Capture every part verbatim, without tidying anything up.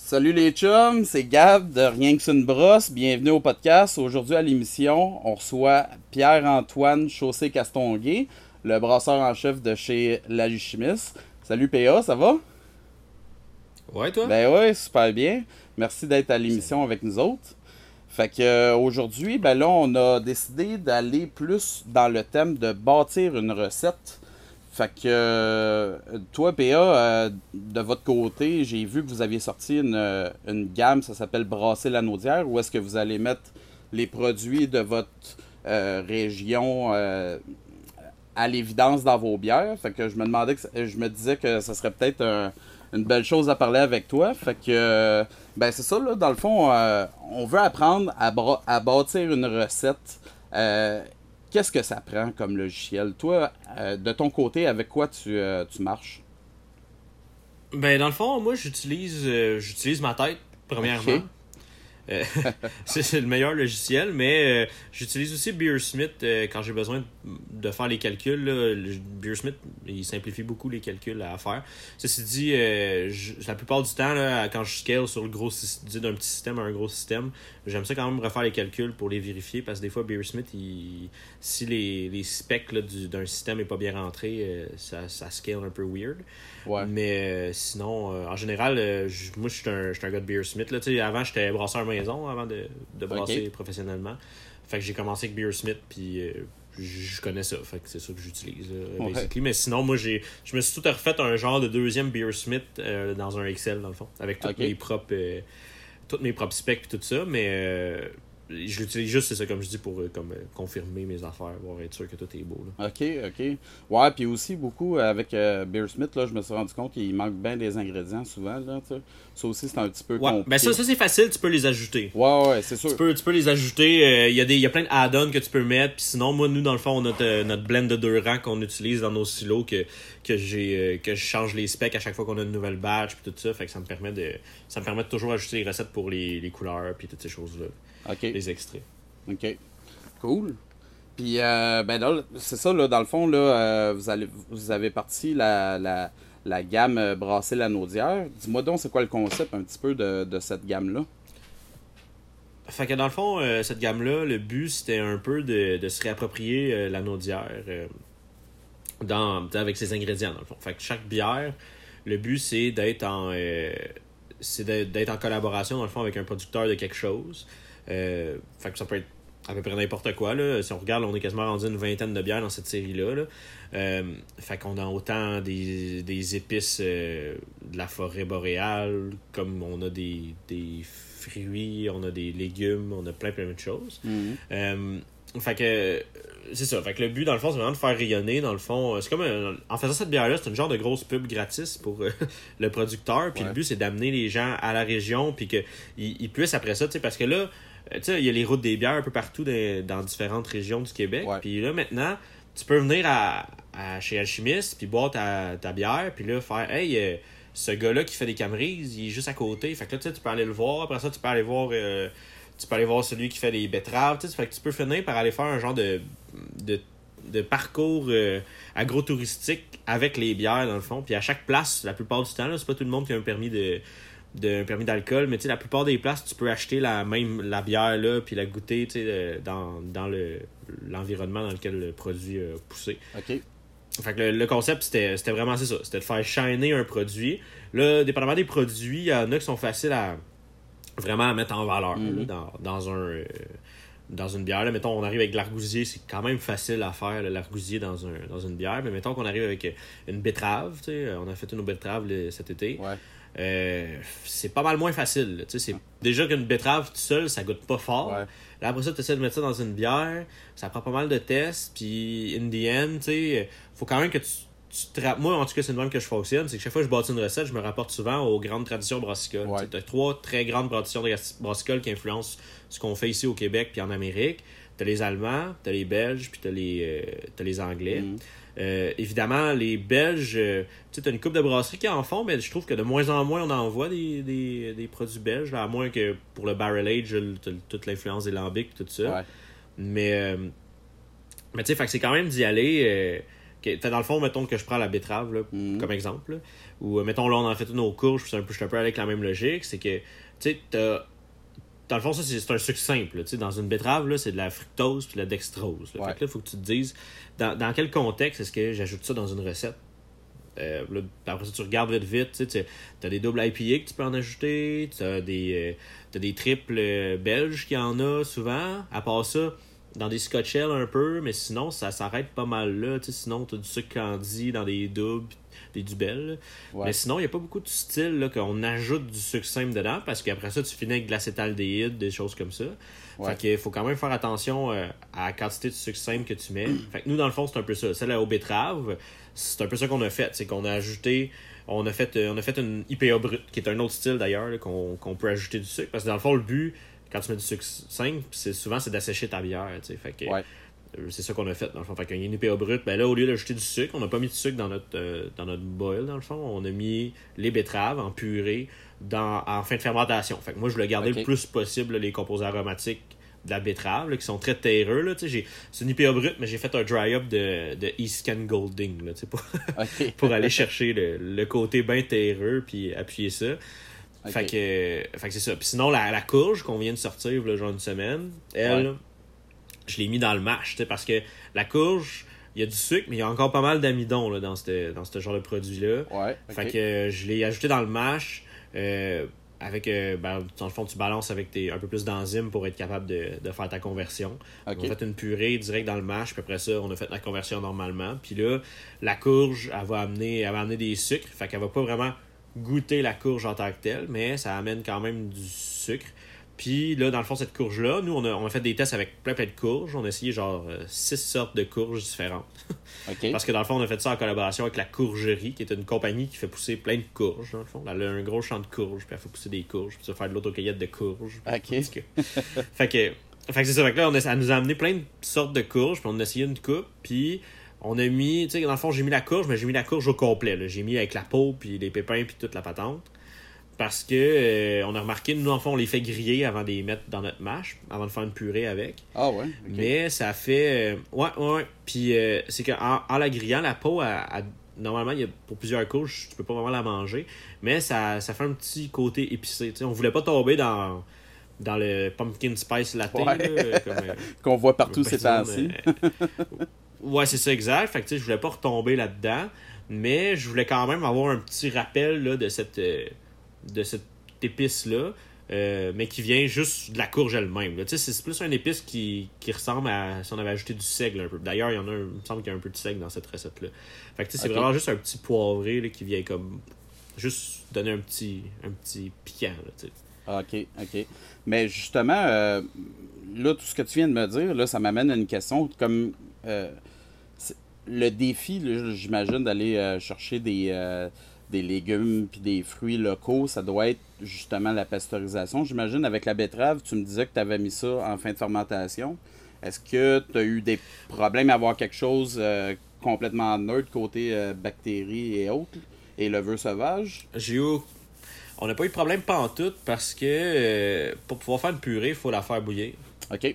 Salut les chums, c'est Gab de Rien que c'est une brosse. Bienvenue au podcast. Aujourd'hui à l'émission, on reçoit Pierre-Antoine Chaussé-Castonguay, le brasseur en chef de chez L'Alchimiste. Salut P A, ça va? Ouais, toi? Ben ouais, super bien. Merci d'être à l'émission avec nous autres. Fait que euh, aujourd'hui, ben là, on a décidé d'aller plus dans le thème de bâtir une recette. Fait que euh, toi, P A, euh, de votre côté, j'ai vu que vous aviez sorti une, euh, une gamme, ça s'appelle Brasser la Naudière, où est-ce que vous allez mettre les produits de votre euh, région euh, à l'évidence dans vos bières. Fait que je me demandais que ça- je me disais que ça serait peut-être un- une belle chose à parler avec toi. Fait que euh, ben c'est ça là, dans le fond, euh, on veut apprendre à, bra- à bâtir une recette. Euh, Qu'est-ce que ça prend comme logiciel? Toi, euh, de ton côté, avec quoi tu, euh, tu marches? Ben, dans le fond, moi, j'utilise euh, j'utilise ma tête, premièrement. Ok. Euh, c'est c'est le meilleur logiciel, mais euh, j'utilise aussi Beersmith euh, quand j'ai besoin de faire les calculs. Là. Le Beersmith, il simplifie beaucoup les calculs à faire. Ceci dit, euh, je- la plupart du temps, là, quand je scale sur le gros sy- d'un petit système à un gros système, j'aime ça quand même refaire les calculs pour les vérifier, parce que des fois, Beersmith, il, si les, les specs là, du- d'un système n'est pas bien rentré, euh, ça, ça scale un peu weird. Ouais. Mais euh, sinon, euh, en général, euh, j- moi, je suis un, je suis un gars de Beersmith. Là. Tu sais, avant, j'étais brasseur maison avant de, de brasser Ok. professionnellement. Fait que j'ai commencé avec Beersmith, puis euh, je je connais ça. Fait que c'est ça que j'utilise, là, Ouais. basically. Mais sinon, moi, j'ai je me suis tout refait un genre de deuxième Beersmith euh, dans un Excel, dans le fond, avec toutes Ok. mes propres, euh, toutes mes propres specs et tout ça. Mais euh, je l'utilise juste, c'est ça, comme je dis, pour euh, comme, euh, confirmer mes affaires, voir être sûr que tout est beau. Là. Ok, ok. Ouais, puis aussi beaucoup euh, avec euh, Beersmith, là, je me suis rendu compte qu'il manque bien des ingrédients souvent, là, tu sais. Ça aussi, c'est un petit peu Ouais, ben compliqué. ça, ça c'est facile, tu peux les ajouter. Ouais, ouais, c'est sûr. Tu peux, tu peux les ajouter. euh, Il y a des, il y a plein de add-ons que tu peux mettre. Puis sinon, moi, nous, dans le fond, on a notre, euh, notre blend de deux rangs qu'on utilise dans nos silos que, que j'ai euh, que je change les specs à chaque fois qu'on a une nouvelle batch puis tout ça. Fait que ça me permet de ça me permet de toujours ajouter les recettes pour les, les couleurs puis toutes ces choses-là. Ok, Les extraits. ok. Cool. Puis, euh, ben là, c'est ça, là, dans le fond, là, euh, vous, allez, vous avez parti la, la, la gamme euh, Brasser la Naudière. Dis-moi donc, c'est quoi le concept un petit peu de, de cette gamme-là? Fait que dans le fond, euh, cette gamme-là, le but c'était un peu de, de se réapproprier euh, la naudière euh, dans, avec ses ingrédients dans le fond. Fait que chaque bière, le but c'est d'être en euh, c'est d'être d'être en collaboration dans le fond avec un producteur de quelque chose. Euh, fait que ça peut être à peu près n'importe quoi. Là. Si on regarde, on est quasiment rendu une vingtaine de bières dans cette série-là. Là. Euh, fait qu'on a autant des, des épices euh, de la forêt boréale, comme on a des, des fruits, on a des légumes, on a plein plein de choses. Mhm. Euh, fait que c'est ça. Fait que le but, dans le fond, c'est vraiment de faire rayonner. Dans le fond, c'est comme un- en faisant cette bière-là, c'est une genre de grosse pub gratis pour euh, le producteur. Puis Ouais. le but, c'est d'amener les gens à la région, puis qu'ils ils puissent après ça, tu sais, parce que là, euh, tu sais, il y a les routes des bières un peu partout dans, dans différentes régions du Québec. Ouais. Puis là, maintenant, tu peux venir à, à chez Alchimiste, puis boire ta, ta bière, puis là, faire hey, euh, ce gars-là qui fait des camerises, il est juste à côté. Fait que là, tu sais, tu peux aller le voir. Après ça, tu peux aller voir. euh, tu peux aller voir celui qui fait les betteraves. Tu sais, fait que tu peux finir par aller faire un genre de, de, de parcours euh, agro-touristique avec les bières, dans le fond. Puis à chaque place, la plupart du temps, là, c'est pas tout le monde qui a un permis de. de un permis d'alcool, mais tu sais, la plupart des places, tu peux acheter la même la bière là, puis la goûter, tu sais, euh, dans, dans le, l'environnement dans lequel le produit a poussé. Ok. Fait que le, le concept, c'était, c'était vraiment c'est ça. C'était de faire shiner un produit. Là, dépendamment des produits, il y en a qui sont faciles à vraiment à mettre en valeur Mhm. là, dans, dans un euh, dans une bière. Là, mettons, on arrive avec de l'argousier, c'est quand même facile à faire, là, l'argousier dans, un, dans une bière. Mais mettons qu'on arrive avec euh, une betterave, tu sais, on a fait une betterave là, cet été. Ouais. Euh, c'est pas mal moins facile. là. Tu sais, c'est déjà qu'une betterave tout seul, ça goûte pas fort. Ouais. Là, après ça, tu essaies de mettre ça dans une bière, ça prend pas mal de tests, puis in the end, tu sais, faut quand même que tu, tu te ra- moi, en tout cas, c'est le même que je fonctionne, c'est que chaque fois que je bâtis une recette, je me rapporte souvent aux grandes traditions brassicoles. Ouais. Tu as trois très grandes traditions brassicoles qui influencent ce qu'on fait ici au Québec puis en Amérique. T'as les Allemands, t'as les Belges, puis t'as les, euh, t'as les Anglais. Mhm. Euh, évidemment, les Belges, euh, tu sais, t'as une couple de brasseries qui en font, mais je trouve que de moins en moins on en voit des, des, des produits belges, là, à moins que pour le barrel age, t'as toute l'influence des lambics, tout ça. Ouais. Mais, euh, mais tu sais, fait que c'est quand même d'y aller. Euh, Okay. Fait, dans le fond, mettons que je prends la betterave là, mm-hmm. comme exemple, là, ou mettons là, on en fait une aux courges, puis c'est un peu, je suis un peu avec la même logique, c'est que, tu sais, t'as. Dans le fond, ça, c'est, c'est un sucre simple. Là, dans une betterave, là, c'est de la fructose puis de la dextrose. Là. Ouais. Fait que là, il faut que tu te dises, dans, dans quel contexte est-ce que j'ajoute ça dans une recette? Euh, là, après ça, tu regardes vite vite, tu as des doubles I P A que tu peux en ajouter, tu as des, euh, t'as des triples euh, belges qui en a souvent. À part ça, dans des Scotch Ale un peu, mais sinon, ça s'arrête pas mal là. Sinon, tu as du sucre candy dans des doubles, des dubels. Ouais. Mais sinon, il n'y a pas beaucoup de style là, qu'on ajoute du sucre simple dedans parce qu'après ça, tu finis avec de l'acétaldéhyde, des choses comme ça. Ouais. Fait qu'il faut quand même faire attention euh, à la quantité de sucre simple que tu mets. Fait que nous, dans le fond, c'est un peu ça. Celle aux betteraves, c'est un peu ça qu'on a fait. C'est qu'on a ajouté, on a fait, euh, on a fait une I P A brute, qui est un autre style d'ailleurs, là, qu'on, qu'on peut ajouter du sucre. Parce que dans le fond, le but, quand tu mets du sucre simple, c'est, souvent, c'est d'assécher ta bière. Fait que, ouais. euh, c'est ça qu'on a fait, dans le fond. Fait qu'il y a une I P A brute. Ben là, au lieu d'ajouter du sucre, on n'a pas mis de sucre dans notre, euh, dans notre boil, dans le fond. On a mis les betteraves en purée dans, en fin de fermentation. Fait que moi, je voulais garder okay. le plus possible là, les composés aromatiques de la betterave, là, qui sont très terreux. Là, j'ai, c'est une I P A brute, mais j'ai fait un dry-up de, de Eastcan Golding là, pour, okay. pour aller chercher le, le côté bien terreux puis appuyer ça. Okay. Fait, que, fait que c'est ça. Puis sinon, la, la courge qu'on vient de sortir, là, genre une semaine, elle, ouais. je l'ai mis dans le mash, parce que la courge, il y a du sucre, mais il y a encore pas mal d'amidon là, dans ce dans ce genre de produit-là. Ouais, okay. Fait que je l'ai ajouté dans le mash. Euh, avec euh, ben, dans le fond, tu balances avec tes, un peu plus d'enzymes pour être capable de, de faire ta conversion. Okay. On a fait une purée direct dans le mash, puis après ça, on a fait la conversion normalement. Puis là, la courge, elle va amener, elle va amener des sucres. Fait qu'elle va pas vraiment goûter la courge en tant que telle, mais ça amène quand même du sucre. Puis là, dans le fond, cette courge-là, nous, on a, on a fait des tests avec plein plein de courges. On a essayé genre euh, six sortes de courges différentes. Okay. Parce que dans le fond, on a fait ça en collaboration avec la Courgerie, qui est une compagnie qui fait pousser plein de courges, dans le fond. Elle a un gros champ de courges, puis elle fait pousser des courges, puis ça fait de l'autocueillette de courges. OK. Que... fait, que... fait que c'est ça. Fait que là, on a... elle nous a amené plein de sortes de courges, puis on a essayé une coupe, puis on a mis, tu sais, dans le fond, j'ai mis la courge, mais j'ai mis la courge au complet. Là. J'ai mis avec la peau, puis les pépins, puis toute la patente. Parce que euh, on a remarqué, nous, en fond, on les fait griller avant de les mettre dans notre mâche, avant de faire une purée avec. Ah ouais? Okay. Mais ça fait... Euh, ouais, ouais. Puis euh, c'est qu'en en la grillant, la peau, elle, elle, normalement, il y a, pour plusieurs couches, tu peux pas vraiment la manger. Mais ça, ça fait un petit côté épicé. T'sais. On voulait pas tomber dans, dans le pumpkin spice latte. Ouais. Là, comme, euh, qu'on voit partout ces temps-ci. Euh, ouais, c'est ça, exact. Fait que tu sais, je voulais pas retomber là-dedans. Mais je voulais quand même avoir un petit rappel là, de cette... Euh, de cette épice-là, euh, mais qui vient juste de la courge elle-même. Là. C'est, c'est plus une épice qui, qui ressemble à si on avait ajouté du seigle un peu. D'ailleurs, il y en a un, il me semble qu'il y a un peu de seigle dans cette recette-là. Fait que c'est okay. vraiment juste un petit poivré là, qui vient comme juste donner un petit, un petit piquant. Là, OK, OK. Mais justement, euh, là, tout ce que tu viens de me dire, là, ça m'amène à une question comme euh, le défi, là, j'imagine, d'aller euh, chercher des... Euh, des légumes puis des fruits locaux, ça doit être justement la pasteurisation. J'imagine, avec la betterave, tu me disais que tu avais mis ça en fin de fermentation. Est-ce que tu as eu des problèmes à avoir quelque chose euh, complètement neutre côté euh, bactéries et autres, et levure sauvage? J'ai eu... On n'a pas eu de problème pantoute parce que euh, pour pouvoir faire une purée, il faut la faire bouillir. OK.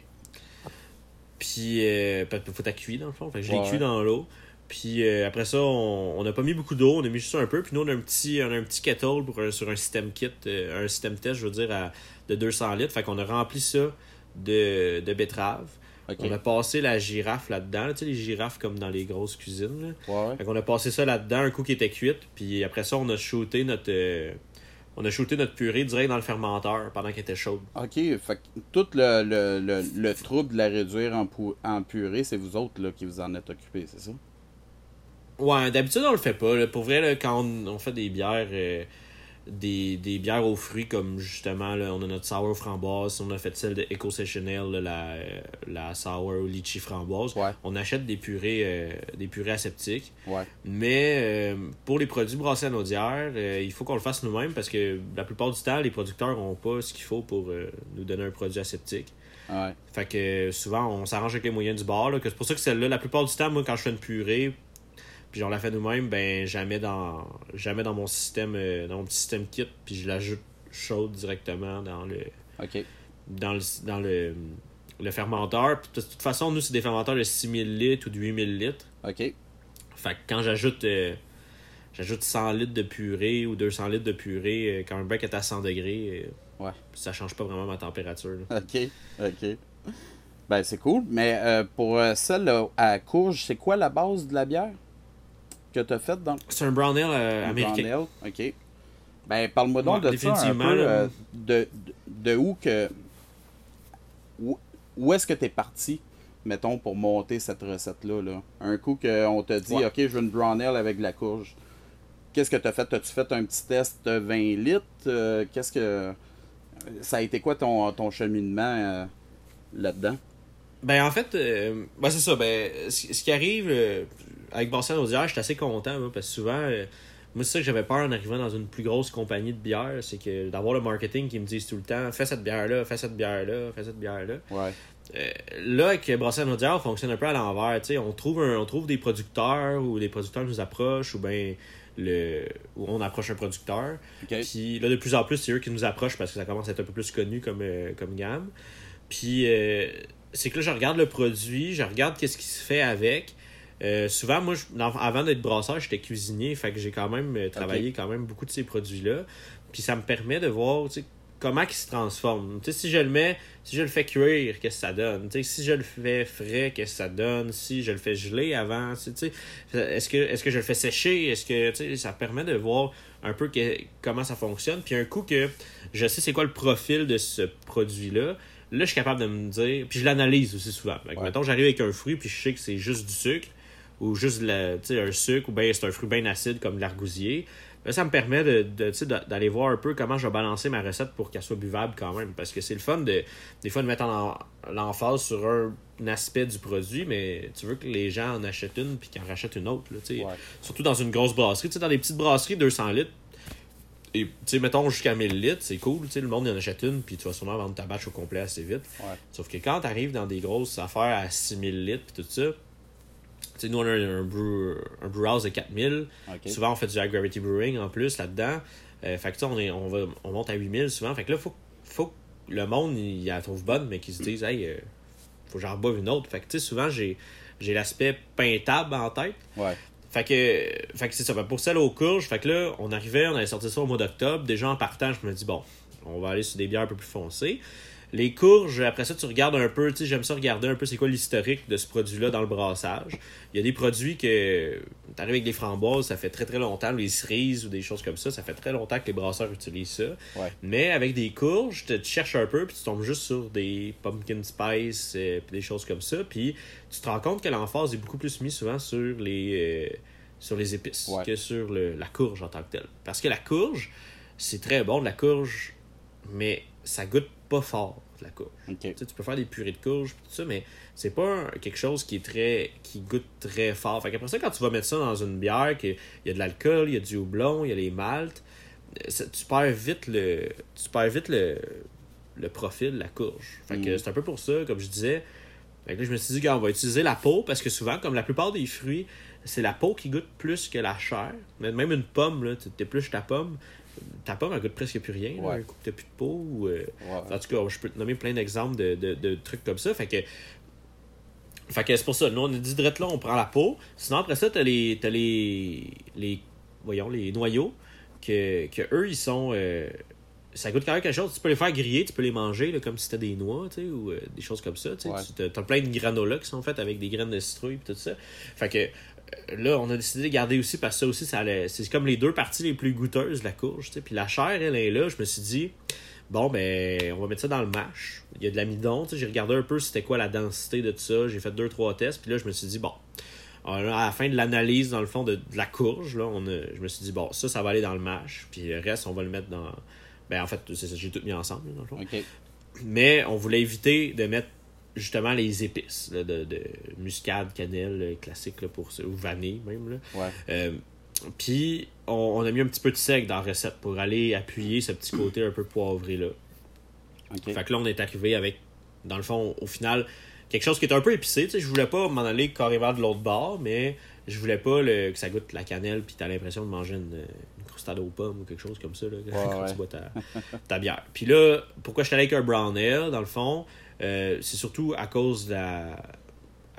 Puis, euh, il faut la cuire dans le fond. Fait que je l'ai ouais. cuit dans l'eau. Puis euh, après ça, on n'a pas mis beaucoup d'eau, on a mis juste un peu. Puis nous, on a un petit, on a un petit kettle pour, sur un système kit, euh, un système test, je veux dire, à, de deux cents litres. Fait qu'on a rempli ça de, de betterave. Okay. On a passé la girafe là-dedans. Là, tu sais, les girafes comme dans les grosses cuisines. Là. Ouais. Fait qu'on a passé ça là-dedans, un coup qui était cuit. Puis après ça, on a shooté notre... Euh, on a shooté notre purée direct dans le fermenteur pendant qu'elle était chaude. OK. Fait que tout le, le, le, le trouble de la réduire en, pu- en purée, c'est vous autres là, qui vous en êtes occupés, c'est ça? Ouais, d'habitude, on le fait pas. Là. Pour vrai, là, quand on, on fait des bières euh, des, des bières aux fruits, comme justement, là, on a notre sour framboise, on a fait celle de Eco Sessional, là, la, la sour litchi framboise. Ouais. On achète des purées euh, des purées aseptiques. Ouais. Mais euh, pour les produits brassés à Naudière, euh, il faut qu'on le fasse nous-mêmes parce que la plupart du temps, les producteurs n'ont pas ce qu'il faut pour euh, nous donner un produit aseptique. Ouais. Fait que souvent, on s'arrange avec les moyens du bord. Là, que c'est pour ça que celle-là, la plupart du temps, moi, quand je fais une purée, puis on la fait nous-mêmes, ben jamais dans jamais dans mon système euh, dans mon petit système kit, puis je l'ajoute chaude directement dans le OK. dans le dans le, le fermenteur. Puis de toute façon, nous c'est des fermenteurs de six mille litres ou de huit mille litres. OK. Fait que quand j'ajoute euh, j'ajoute cent litres de purée ou deux cents litres de purée, euh, quand un bec est à cent degrés, euh, Ouais. ça change pas vraiment ma température. Là. OK. OK. Ben, c'est cool. Mais euh, pour euh, celle là, à courge, c'est quoi la base de la bière que tu as faite dans C'est un brown ale euh, le américain. brown ale? OK. Ben, parle-moi donc Ouais, de ça un définitivement, peu. là. euh, de, de, de où que. Où, où est-ce que tu es parti, mettons, pour monter cette recette-là? Là? Un coup qu'on t'a dit, Ouais. OK, je veux une brown ale avec de la courge. Qu'est-ce que tu as fait? As-tu fait un petit test de vingt litres? Euh, qu'est-ce que. Ça a été quoi ton, ton cheminement euh, là-dedans? Ben en fait, euh, ben, c'est ça. Ben, ce, ce qui arrive euh, avec Bastien Audière, je suis assez content là, parce que souvent, euh, moi c'est ça que j'avais peur en arrivant dans une plus grosse compagnie de bière, c'est que d'avoir le marketing qui me dise tout le temps fais cette bière-là, fais cette bière-là, fais cette bière-là. Ouais. Euh, là, avec Brasserie Audière, on fonctionne un peu à l'envers. Tu sais, on trouve un, on trouve des producteurs ou des producteurs nous approchent ou ben le ou on approche un producteur. OK. Puis là, de plus en plus, c'est eux qui nous approchent parce que ça commence à être un peu plus connu comme, euh, comme gamme. Puis euh, c'est que là, je regarde le produit, je regarde qu'est-ce qui se fait avec. Euh, souvent, moi, je, dans- avant d'être brasseur, j'étais cuisinier, fait que j'ai quand même euh, travaillé Ok. quand même beaucoup de ces produits-là. Puis ça me permet de voir, tu sais, comment ils se transforment. Tu sais, si je le mets, si je le fais cuire, qu'est-ce que ça donne? Tu sais, si je le fais frais, qu'est-ce que ça donne? Si je le fais geler avant, tu sais, est-ce que, est-ce que je le fais sécher? Est-ce que, tu sais, ça permet de voir un peu que, comment ça fonctionne. Puis un coup que je sais c'est quoi le profil de ce produit-là, là, je suis capable de me dire. Puis je l'analyse aussi souvent. Fait que, Ouais. mettons, j'arrive avec un fruit, puis je sais que c'est juste du sucre, ou juste de la, tu sais, un sucre, ou bien c'est un fruit bien acide comme l'argousier. Là, ça me permet de, de, tu sais, d'aller voir un peu comment je vais balancer ma recette pour qu'elle soit buvable quand même. Parce que c'est le fun de, des fois, de mettre en, l'emphase sur un, un aspect du produit, mais tu veux que les gens en achètent une puis qu'ils en rachètent une autre. Là, tu sais. Ouais. Surtout dans une grosse brasserie. Tu sais, dans les petites brasseries, deux cents litres, et tu sais, mettons jusqu'à mille litres, c'est cool. Tu sais, le monde y en achète une, puis tu vas sûrement vendre ta batch au complet assez vite. Ouais. Sauf que quand tu arrives dans des grosses affaires à six mille litres, puis tout ça, tu sais, nous, on a un, un, brew, un brew house de quatre mille. OK. Souvent, on fait du high gravity brewing en plus là-dedans. Euh, fait que ça, on, est, on, va, on monte à huit mille souvent. Fait que là, faut, faut que le monde, il, il la trouve bonne, mais qu'il se dise, hey, euh, faut que j'en boive une autre. Fait que tu sais, souvent, j'ai, j'ai l'aspect peintable en tête. Ouais. Fait que, fait que c'est ça. Pour celle aux courges, fait que là, on arrivait, on avait sorti ça au mois d'octobre. Déjà en partant, je me dis, bon, on va aller sur des bières un peu plus foncées. Les courges, après ça, tu regardes un peu, tu sais, j'aime ça regarder un peu c'est quoi l'historique de ce produit-là dans le brassage. Il y a des produits que, t'arrives avec des framboises, ça fait très très longtemps, les cerises ou des choses comme ça, ça fait très longtemps que les brasseurs utilisent ça. Ouais. Mais avec des courges, tu cherches un peu, puis tu tombes juste sur des pumpkin spice, euh, puis des choses comme ça, puis tu te rends compte que l'emphase est beaucoup plus mise souvent sur les, euh, sur les épices Ouais. que sur le, la courge en tant que telle. Parce que la courge, c'est très bon de la courge, mais ça goûte pas fort, la courge. OK. Tu sais, tu peux faire des purées de courge pis tout ça, mais c'est pas un- quelque chose qui est très qui goûte très fort. Fait qu'après ça, quand tu vas mettre ça dans une bière, il y a de l'alcool, il y a du houblon, il y a les maltes, euh, ça- tu perds vite le tu perds vite le, le profil de la courge. Fait que Mm. c'est un peu pour ça, comme je disais. Fait que là, je me suis dit, gars, on va utiliser la peau, parce que souvent, comme la plupart des fruits, c'est la peau qui goûte plus que la chair. Mais même une pomme, là, tu t'épluches ta pomme, ta pomme, elle goûte presque plus rien. Là, Ouais. un coup que t'as plus de peau. Ou, euh, Ouais. en tout cas, je peux te nommer plein d'exemples de, de, de trucs comme ça. Fait que, fait que c'est pour ça. Nous, on a dit direct là, on prend la peau. Sinon, après ça, t'as les, t'as les, les, voyons, les noyaux, que, que eux, ils sont... euh, ça goûte quand même quelque chose. Tu peux les faire griller, tu peux les manger là, comme si c'était des noix, tu sais, ou euh, des choses comme ça. Tu sais. Ouais. Tu as plein de granola qui sont faites avec des graines de citrouille et tout ça. Fait que euh, là, on a décidé de garder aussi, parce que ça aussi, ça allait, c'est comme les deux parties les plus goûteuses de la courge. Tu sais. Puis la chair, elle est là. Je me suis dit, bon, ben, on va mettre ça dans le mash. Il y a de l'amidon. Tu sais. J'ai regardé un peu c'était quoi la densité de tout ça. J'ai fait deux, trois tests. Puis là, je me suis dit, bon, à la fin de l'analyse, dans le fond, de, de la courge, là, on a, je me suis dit, bon, ça, ça va aller dans le mash. Puis le reste, on va le mettre dans... Ben, en fait, c'est ça, j'ai tout mis ensemble, là, dans le fond. OK. Mais on voulait éviter de mettre justement les épices là, de, de muscade, cannelle, euh, classique là, pour ça, ou vanille même. Là. Ouais. Euh, Puis on, on a mis un petit peu de sec dans la recette pour aller appuyer ce petit côté un peu poivré là. OK. Fait que là, on est arrivé avec, dans le fond, au final, quelque chose qui est un peu épicé. Tu sais, je voulais pas m'en aller carrément de l'autre bord, mais je voulais pas le, que ça goûte la cannelle puis t'as l'impression de manger une, une croustade aux pommes ou quelque chose comme ça là, quand ouais. tu bois ta, ta bière. Puis là, pourquoi je suis allé avec un brown ale, dans le fond, euh, c'est surtout à cause de la...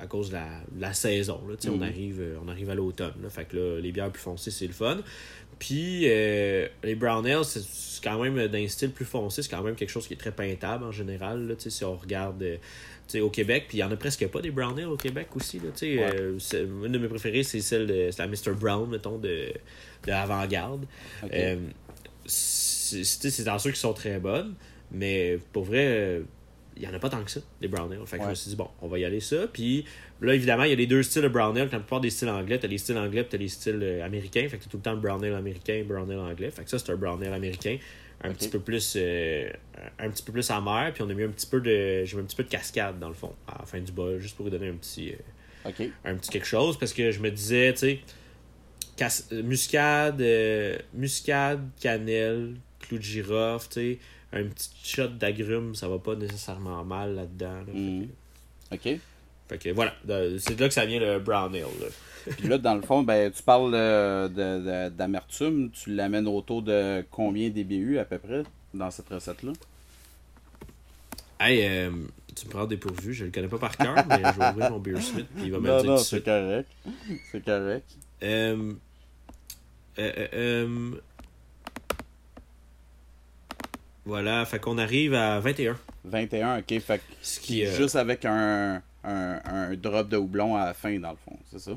à cause de la, de la saison. Là, mm-hmm. on, arrive, on arrive à l'automne. Là, fait que là, les bières plus foncées, c'est le fun. Puis euh, les brown ale, c'est, c'est quand même d'un style plus foncé, c'est quand même quelque chose qui est très peintable en général. Là, si on regarde euh, au Québec, puis il n'y en a presque pas des brown ale au Québec aussi. Là, ouais. euh, une de mes préférées, c'est celle de c'est la mister Brown, mettons, de, de Avant-Garde. Okay. Euh, c'est, c'est dans ceux qui sont très bonnes, mais pour vrai, euh, il n'y en a pas tant que ça, des brown ale. Fait que ouais. je me suis dit, bon, on va y aller ça. Puis là, évidemment, il y a les deux styles de brown ale. La plupart des styles anglais, tu as les styles anglais et tu as les styles euh, américains. Fait que tu as tout le temps le brown ale américain et brown ale anglais. Fait que ça, c'est un brown ale américain. Un okay. petit peu plus euh, un petit peu plus amer. Puis on a mis un petit peu de j'ai mis un petit peu de cascade, dans le fond, à la fin du bol, juste pour lui donner un petit, euh, okay. un petit quelque chose. Parce que je me disais, tu sais, cas- muscade, euh, muscade, cannelle, clou de girofle, tu sais, un petit shot d'agrumes, ça va pas nécessairement mal là-dedans. Là. Mm. Fait que, OK. Fait que voilà, c'est de là que ça vient le brown ale. Là. Puis là, dans le fond, ben tu parles de, de, de, d'amertume. Tu l'amènes autour de combien d'I B U à peu près dans cette recette-là? Hey, euh, tu me prends dépourvu, je le connais pas par cœur, mais je vais ouvrir mon Beer Smith puis il va me non, dire non, tout c'est correct. C'est correct. Euh, euh, euh, euh, voilà, fait qu'on arrive à vingt et un. vingt et un, ok. Fait Ce qui, euh... juste avec un, un, un drop de houblon à la fin, dans le fond, c'est ça?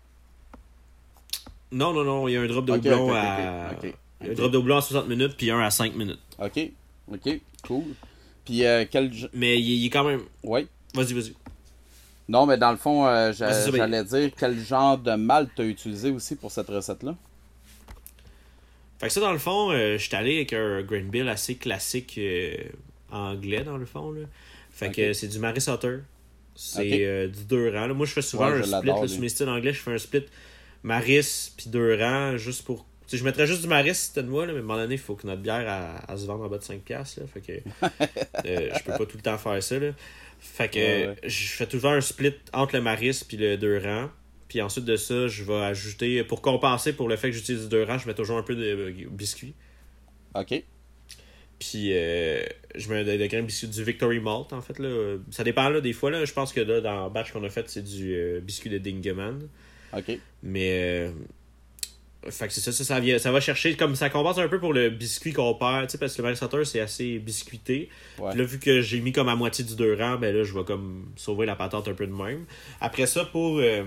Non, non, non, il y a un drop de okay, houblon okay, à... okay, okay. Il y a un drop de houblon à soixante minutes, puis un à cinq minutes. Ok, ok, cool. Puis euh, quel... Mais il, il est quand même... Oui. Vas-y, vas-y. Non, mais dans le fond, euh, j'a... ça, j'allais ben... dire quel genre de malt tu as utilisé aussi pour cette recette-là? Fait que ça, dans le fond, euh, je suis allé avec un grain bill assez classique euh, anglais, dans le fond. Là. Fait okay. que c'est du Maris Otter. C'est okay. euh, du deux rangs. Là. Moi, je fais souvent ouais, un split. Là, sur mes styles anglais, je fais un split Maris puis deux rangs, juste pour... T'sais, je mettrais juste du Maris si c'était de moi, là, mais à un moment donné, il faut que notre bière elle, elle se vende en bas de cinq piastres. Là, fait que euh, je peux pas tout le temps faire ça. Là. Fait que ouais, ouais. je fais toujours un split entre le Maris puis le deux rangs. Puis ensuite de ça, je vais ajouter, pour compenser pour le fait que j'utilise du deux rangs, je mets toujours un peu de euh, biscuit. OK. Puis euh, je mets des grains de biscuit, du Victory Malt, en fait. Là. Ça dépend, là, des fois. Là, je pense que là, dans le batch qu'on a fait, c'est du euh, biscuit de Dingeman. OK. Mais... Euh, fait que c'est ça, ça, ça, vient, ça va chercher, comme ça compense un peu pour le biscuit qu'on perd, tu sais, parce que le Maris Otter, c'est assez biscuité. Ouais. Puis là, vu que j'ai mis comme à moitié du deux rangs, ben là, je vais comme sauver la patente un peu de même. Après ça, pour... Euh,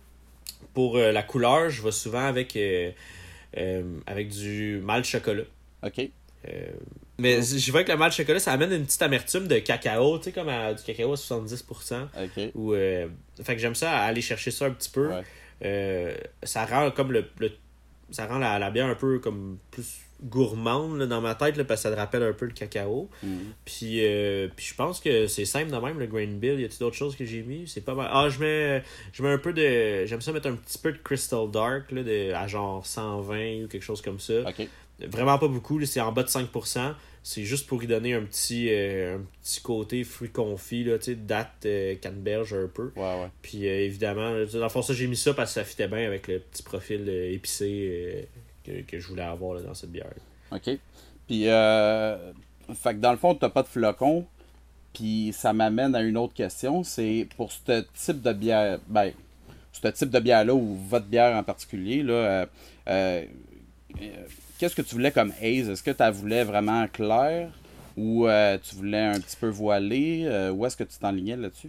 Pour euh, la couleur, je vais souvent avec, euh, euh, avec du malt chocolat. OK. Euh, mais oh. je vois que le malt chocolat, ça amène une petite amertume de cacao, tu sais, comme à, du cacao à soixante-dix pour cent. OK. Où, euh, fait que j'aime ça, aller chercher ça un petit peu. Ouais. Euh, ça rend comme le, le ça rend la, la bière un peu comme plus gourmande là, dans ma tête, là, parce que ça te rappelle un peu le cacao. Mm. Puis, euh, puis je pense que c'est simple de même, le grain bill. Y a-t-il d'autres choses que j'ai mis? C'est pas mal. Ah, je mets, je mets un peu de... J'aime ça mettre un petit peu de Crystal Dark, là, de, à genre cent vingt ou quelque chose comme ça. Okay. Vraiment pas beaucoup, là, c'est en bas de cinq pour cent. C'est juste pour y donner un petit, euh, un petit côté fruit confit, là, tu sais, date euh, canneberge un peu. Ouais, ouais. Puis euh, évidemment, là, dans le fond, ça, j'ai mis ça parce que ça fitait bien avec le petit profil euh, épicé euh, que, que je voulais avoir là, dans cette bière. OK. Puis, euh, fait que dans le fond, tu n'as pas de flocons. Puis, ça m'amène à une autre question. C'est pour ce type de bière, ben, ce type de bière-là, ou votre bière en particulier, là, euh, euh, qu'est-ce que tu voulais comme haze? Est-ce que tu la voulais vraiment claire ou euh, tu voulais un petit peu voilée? Euh, où est-ce que tu t'enlignais là-dessus?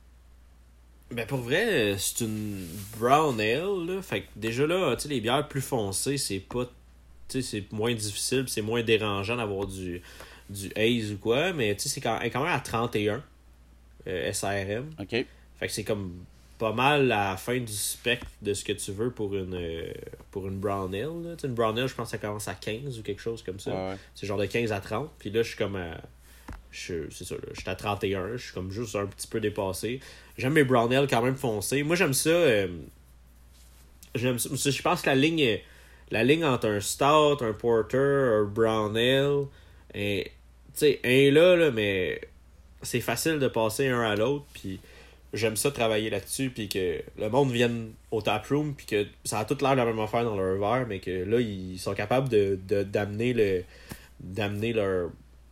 Ben pour vrai, c'est une brown ale, là. Fait que déjà là, tu sais, les bières plus foncées, c'est pas... Tu sais, c'est moins difficile, c'est moins dérangeant d'avoir du, du haze ou quoi, mais tu sais, c'est quand, quand même à trente et un euh, S R M. OK. Fait que c'est comme pas mal la fin du spectre de ce que tu veux pour une euh, pour une brown ale. Là. Une brown ale, je pense que ça commence à quinze ou quelque chose comme ça. Ouais, ouais. C'est genre de quinze à trente. Puis là, je suis comme à... Je, c'est ça, là, je suis à trente et un. Je suis comme juste un petit peu dépassé. J'aime mes brown ale quand même foncés. Moi, j'aime ça... Euh, j'aime ça. Je pense que la ligne... La ligne entre un stout, un porter, un brown ale... Tu sais, un là, là, mais... C'est facile de passer un à l'autre, puis... J'aime ça travailler là-dessus, puis que le monde vienne au taproom, puis que ça a tout l'air de la même affaire dans leur verre, mais que là, ils sont capables de, de d'amener le d'amener leur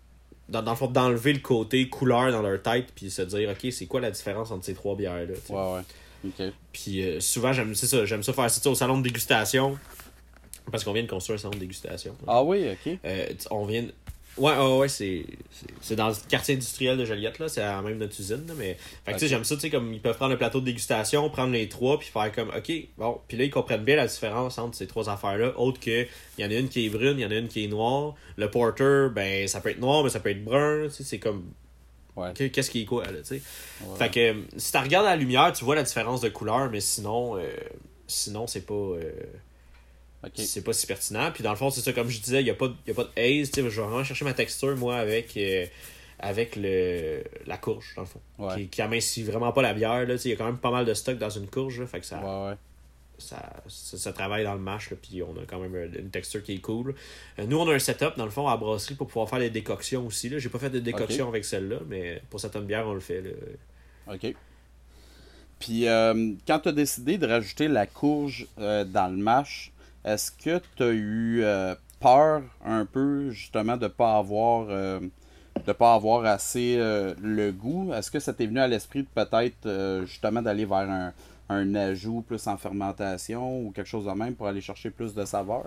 dans, dans le fond, d'enlever le côté couleur dans leur tête, puis se dire, ok, c'est quoi la différence entre ces trois bières-là? T'sais. Ouais, ouais. Ok. Puis euh, souvent, j'aime, c'est ça, j'aime ça faire ça au salon de dégustation, parce qu'on vient de construire un salon de dégustation. Ah oui, ok. Euh, on vient de... Ouais, ouais, ouais, c'est, c'est, c'est dans le quartier industriel de Joliette, là, c'est à même notre usine, là, mais... Fait que, okay. Tu sais, j'aime ça, tu sais, comme, ils peuvent prendre le plateau de dégustation, prendre les trois, puis faire comme, ok, bon, puis là, ils comprennent bien la différence entre ces trois affaires-là, autre que, il y en a une qui est brune, il y en a une qui est noire, le porter, ben, ça peut être noir, mais ça peut être brun, tu sais, c'est comme... Ouais. Qu'est-ce qui est quoi, là, tu sais. Ouais. Fait que, si tu regardes à la lumière, tu vois la différence de couleur, mais sinon, euh, sinon, c'est pas... Euh, Okay. C'est pas si pertinent. Puis dans le fond, c'est ça, comme je disais, il n'y a, a pas de haze. Je vais vraiment chercher ma texture, moi, avec, euh, avec le, la courge, dans le fond. Ouais. Qui, qui amincit vraiment pas la bière. Il y a quand même pas mal de stock dans une courge. Là, fait que ça, ouais, ouais. Ça, ça, ça travaille dans le mash. Puis on a quand même une texture qui est cool. Euh, nous, on a un setup, dans le fond, à la brasserie pour pouvoir faire des décoctions aussi. Là. J'ai pas fait de décoction okay. avec celle-là, mais pour certaines bières, on le fait. Là. OK. Puis euh, quand tu as décidé de rajouter la courge euh, dans le mash, est-ce que tu as eu euh, peur un peu justement de ne pas avoir euh, de pas avoir assez euh, le goût? Est-ce que ça t'est venu à l'esprit de peut-être euh, justement d'aller vers un, un ajout plus en fermentation ou quelque chose de même pour aller chercher plus de saveur?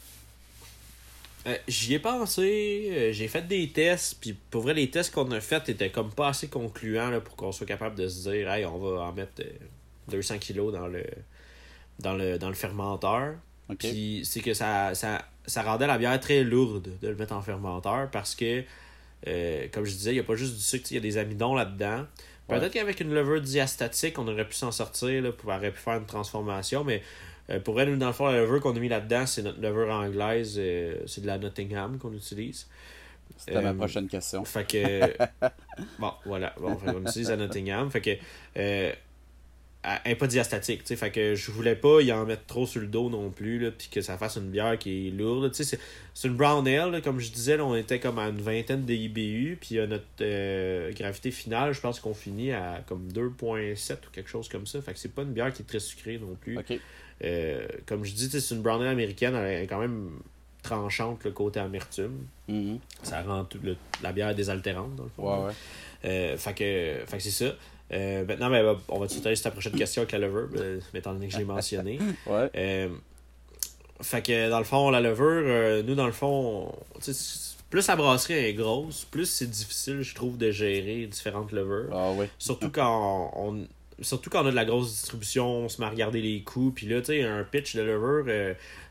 Euh, j'y ai pensé, euh, j'ai fait des tests, puis pour vrai, les tests qu'on a faits étaient comme pas assez concluants là, pour qu'on soit capable de se dire, hey, on va en mettre euh, deux cents kilos dans le, dans le, dans le fermenteur. Okay. Puis c'est que ça, ça, ça rendait la bière très lourde de le mettre en fermenteur parce que, euh, comme je disais, il n'y a pas juste du sucre, il y a des amidons là-dedans. Ouais. Peut-être qu'avec une levure diastatique, on aurait pu s'en sortir, là, on aurait pu faire une transformation, mais euh, pour elle, dans le fond, la levure qu'on a mis là-dedans, c'est notre levure anglaise, euh, c'est de la Nottingham qu'on utilise. C'était euh, ma prochaine question. Fait que. Bon, voilà. Bon, fait on utilise la Nottingham. Fait que. Euh, elle n'est pas diastatique, tu sais, fait que je voulais pas y en mettre trop sur le dos non plus, là, puis que ça fasse une bière qui est lourde, tu sais, c'est, c'est une brown ale, là, comme je disais, là, on était comme à une vingtaine de I B U, puis euh, notre euh, gravité finale, je pense qu'on finit à comme deux virgule sept ou quelque chose comme ça, fait que c'est pas une bière qui est très sucrée non plus. Okay. Euh, comme je dis, c'est une brown ale américaine, elle est quand même tranchante, le côté amertume, mm-hmm. Ça rend toute le, la bière désaltérante, dans le fond. Ouais, ouais. Euh, fait que, fait que c'est ça. Euh, maintenant, ben, on va tout à ta prochaine question avec la levure, euh, étant donné que je l'ai mentionné. Ouais. Euh, fait que dans le fond, la levure, euh, nous, dans le fond, on, plus la brasserie est grosse, plus c'est difficile, je trouve, de gérer différentes levures. Ah, ouais. Surtout quand on, surtout quand on a de la grosse distribution, on se met à regarder les coûts. Puis là, tu sais, un pitch de levure, euh,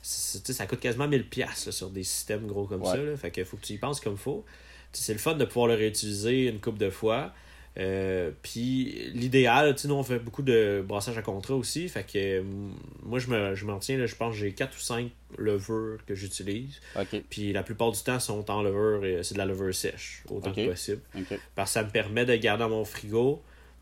ça coûte quasiment mille dollars sur des systèmes gros comme ouais. ça. Là, fait que faut que tu y penses comme faut. T'sais, c'est le fun de pouvoir le réutiliser une couple de fois. Euh, puis l'idéal, tu sais, nous on fait beaucoup de brassage à contrat aussi, fait que euh, moi je me je m'en tiens, là, je pense que j'ai quatre ou cinq levures que j'utilise. Okay. Puis la plupart du temps sont en levure, euh, c'est de la levure sèche, autant okay. que possible. Okay. Parce que ça me permet de garder dans mon frigo,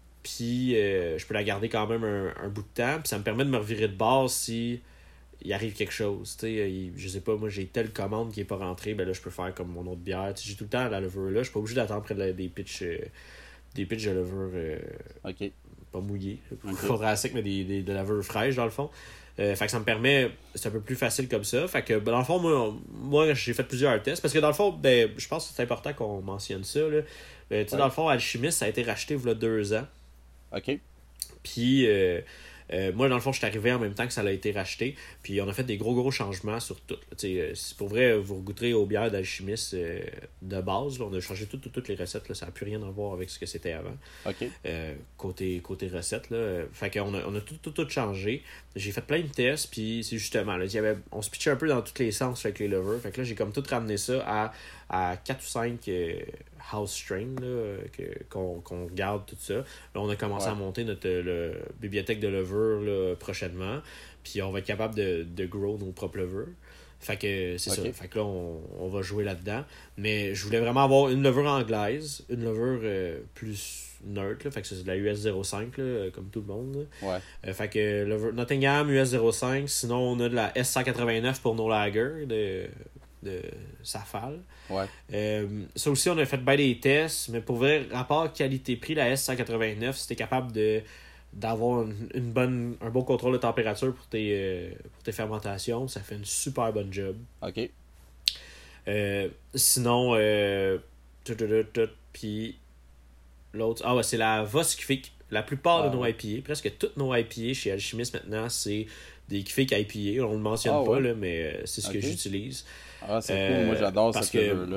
puis euh, je peux la garder quand même un, un bout de temps, puis ça me permet de me revirer de base si il arrive quelque chose, tu sais, je sais pas, moi j'ai telle commande qui est pas rentrée, ben là je peux faire comme mon autre bière, t'sais, j'ai tout le temps la levure là, je suis pas obligé d'attendre près de la, des pitchs euh, des pitchs de levure euh, okay. pas mouillés, okay. pas vraiment sec, mais des, des, de la levure fraîche dans le fond. Euh, fait que ça me permet, c'est un peu plus facile comme ça. Fait que dans le fond, moi, moi j'ai fait plusieurs tests parce que dans le fond, ben, je pense que c'est important qu'on mentionne ça. Là. Ben, tu sais, ouais. Dans le fond, Alchimiste, ça a été racheté il y a deux ans. OK. Puis euh, euh, moi, dans le fond, je suis arrivé en même temps que ça a été racheté. Puis on a fait des gros, gros changements sur tout. Euh, si pour vrai, vous goûterez aux bières d'Alchimiste euh, de base. Là, on a changé toutes tout, tout les recettes. Là, ça n'a plus rien à voir avec ce que c'était avant. OK. Euh, côté, côté recettes. Là. Fait qu'on a, on a tout, tout, tout changé. J'ai fait plein de tests. Puis c'est justement, là, y avait, on se pitchait un peu dans tous les sens avec les levures. Fait que là, j'ai comme tout ramené ça à, à quatre ou cinq euh, house strain là, que, qu'on, qu'on garde tout ça. Là, on a commencé ouais. à monter notre le, bibliothèque de levure là, prochainement. Puis on va être capable de, de grow nos propres levures. Fait que c'est okay. ça. Fait que là, on, on va jouer là-dedans. Mais je voulais vraiment avoir une levure anglaise, une levure euh, plus neutre. Là. Fait que c'est de la U S zéro cinq, là, comme tout le monde. Là. Ouais. Euh, fait que levure, Nottingham U S zéro cinq. Sinon, on a de la S cent quatre-vingt-neuf pour nos lagers de, de Safal. Ouais. Euh, ça aussi, on a fait bien des tests. Mais pour vrai, rapport qualité-prix, la S cent quatre-vingt-neuf, c'était capable de d'avoir une, une bonne, un bon contrôle de température pour tes, euh, pour tes fermentations. Ça fait une super bonne job. OK. Euh, sinon, euh, tout, tout, tout, tout, puis l'autre, ah ouais, c'est la Voskvik. La plupart ah, de nos ouais. I P A, presque toutes nos I P A chez Alchimiste maintenant, c'est des Kvik I P A. On ne le mentionne ah, pas, ouais. là, mais c'est ce okay. que j'utilise. Ah, c'est euh, cool. Moi, j'adore cette flavor-là.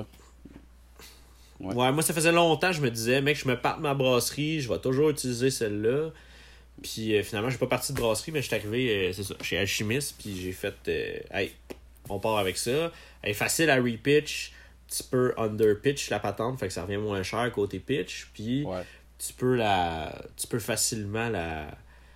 Ouais. ouais, moi, ça faisait longtemps, je me disais, mec, je me parte ma brasserie, je vais toujours utiliser celle-là. Puis euh, finalement, je suis pas parti de brasserie, mais je suis arrivé, euh, c'est ça, chez Alchimiste, puis j'ai fait, euh, hey, on part avec ça. Elle est facile à repitch, petit peu under-pitch la patente, fait que ça revient moins cher côté pitch. Puis ouais. tu peux la, tu peux facilement la,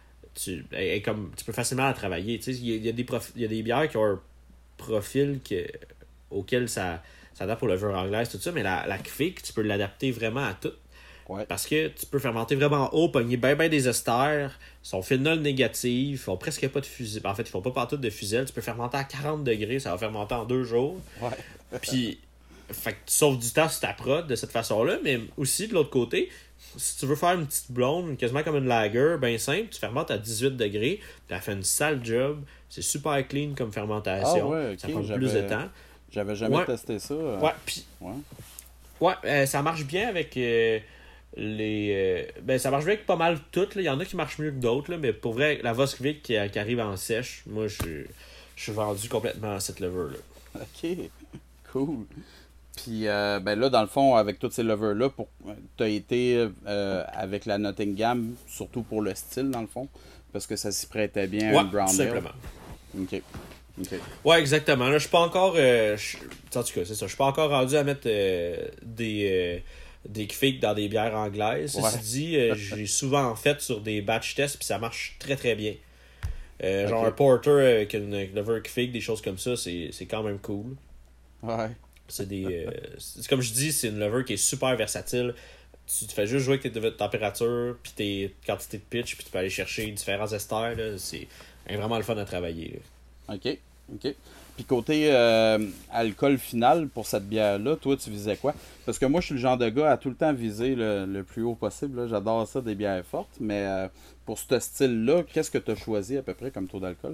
tu, elle, elle, comme, tu peux facilement la travailler. Tu sais, il y, y a des profi- il y a des bières qui ont un profil que, auquel ça, ça adapte pour le levure anglaise, tout ça, mais la, la Kvik, tu peux l'adapter vraiment à tout. Ouais. Parce que tu peux fermenter vraiment haut, pogner bien ben des esters, son phénol négatif, ils font presque pas de fusil. En fait, ils font pas partout de fusil. Tu peux fermenter à quarante degrés, ça va fermenter en deux jours. Ouais. Puis, fait que tu sauves du temps sur ta prod de cette façon-là, mais aussi de l'autre côté, si tu veux faire une petite blonde, quasiment comme une lager, bien simple, tu fermentes à dix-huit degrés, puis elle fait une sale job. C'est super clean comme fermentation. Ah ouais, okay. Ça prend J'avais... plus de temps. J'avais jamais ouais. testé ça. Ouais, puis. Ouais, ouais euh, ça marche bien avec. Euh, les euh, ben ça marche bien avec pas mal toutes. Il y en a qui marchent mieux que d'autres, là, mais pour vrai, la Voskvik qui, qui arrive en sèche, moi je suis je suis vendu complètement à cette levure là. Ok, cool. Puis euh, ben là, dans le fond, avec toutes ces levures-là, pour t'as été euh, avec la Nottingham, surtout pour le style, dans le fond, parce que ça s'y prêtait bien ouais, à une brown ale. Simplement. Ok. Okay. Ouais, exactement. Là, je suis pas encore. Euh, en tout cas, c'est ça. Je suis pas encore rendu à mettre euh, des. Euh, des Kvik dans des bières anglaises. Ouais. Ceci dit, euh, j'ai souvent fait sur des batch tests puis ça marche très très bien. Euh, okay. Genre un porter avec une levure Kvik, des choses comme ça, c'est, c'est quand même cool. Ouais. C'est des. Euh, c'est, comme je dis, c'est une levure qui est super versatile. Tu te fais juste jouer avec tes températures puis tes quantités de pitch puis tu peux aller chercher différents esters. Là. C'est vraiment le fun à travailler. Là. Ok. Ok. Puis côté euh, alcool final pour cette bière-là, toi, tu visais quoi? Parce que moi, je suis le genre de gars à tout le temps viser le, le plus haut possible. Là. J'adore ça, des bières fortes. Mais euh, pour ce style-là, qu'est-ce que tu as choisi à peu près comme taux d'alcool?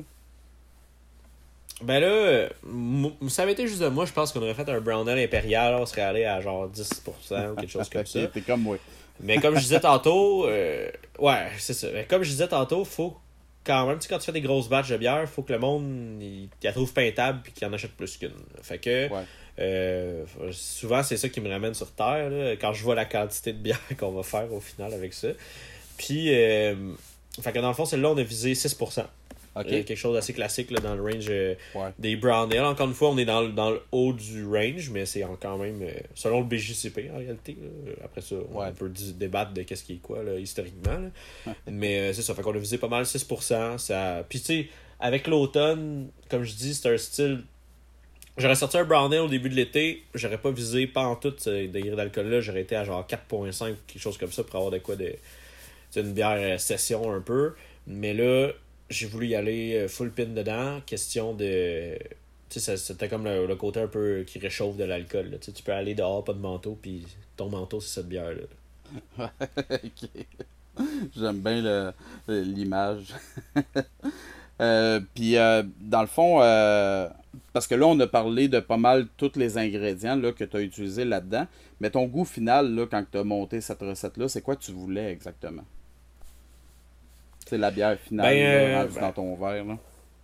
Ben là, m- ça avait été juste de moi. Je pense qu'on aurait fait un brown ale impérial. On serait allé à genre dix pour cent ou quelque chose comme ça. T'es comme moi. Mais comme je disais tantôt, euh, ouais, c'est ça. Mais comme je disais tantôt, faut quand même, tu sais, quand tu fais des grosses batches de bière, il faut que le monde il, il la trouve peintable et qu'il en achète plus qu'une. Fait que ouais. euh, souvent, c'est ça qui me ramène sur terre, là, quand je vois la quantité de bière qu'on va faire au final avec ça. Puis, euh, fait que dans le fond, celle-là, on a visé six pour cent. Okay. Quelque chose d'assez classique là, dans le range euh, ouais. des brown ale. Encore une fois, on est dans, dans le haut du range, mais c'est quand même euh, selon le B J C P en réalité. Là. Après ça, on ouais. peut d- débattre de qu'est-ce qui est quoi là, historiquement. Là. mais euh, c'est ça, fait qu'on a visé pas mal six pour cent. Ça... Puis tu sais, avec l'automne, comme je dis, c'est un style. J'aurais sorti un brown ale au début de l'été, j'aurais pas visé pas en tout ce degré d'alcool-là, j'aurais été à genre quatre virgule cinq, quelque chose comme ça, pour avoir de quoi de. C'est une bière session un peu. Mais là, j'ai voulu y aller full pin dedans. Question de. Tu sais, c'était comme le, le côté un peu qui réchauffe de l'alcool. Là. Tu sais, tu peux aller dehors, pas de manteau, puis ton manteau, c'est cette bière-là. Ok. J'aime bien le, l'image. euh, puis, euh, dans le fond, euh, parce que là, on a parlé de pas mal tous les ingrédients là, que tu as utilisés là-dedans. Mais ton goût final, là, quand tu as monté cette recette-là, c'est quoi que tu voulais exactement? C'est la bière finale ben, euh, là, ben, dans ton verre. Là.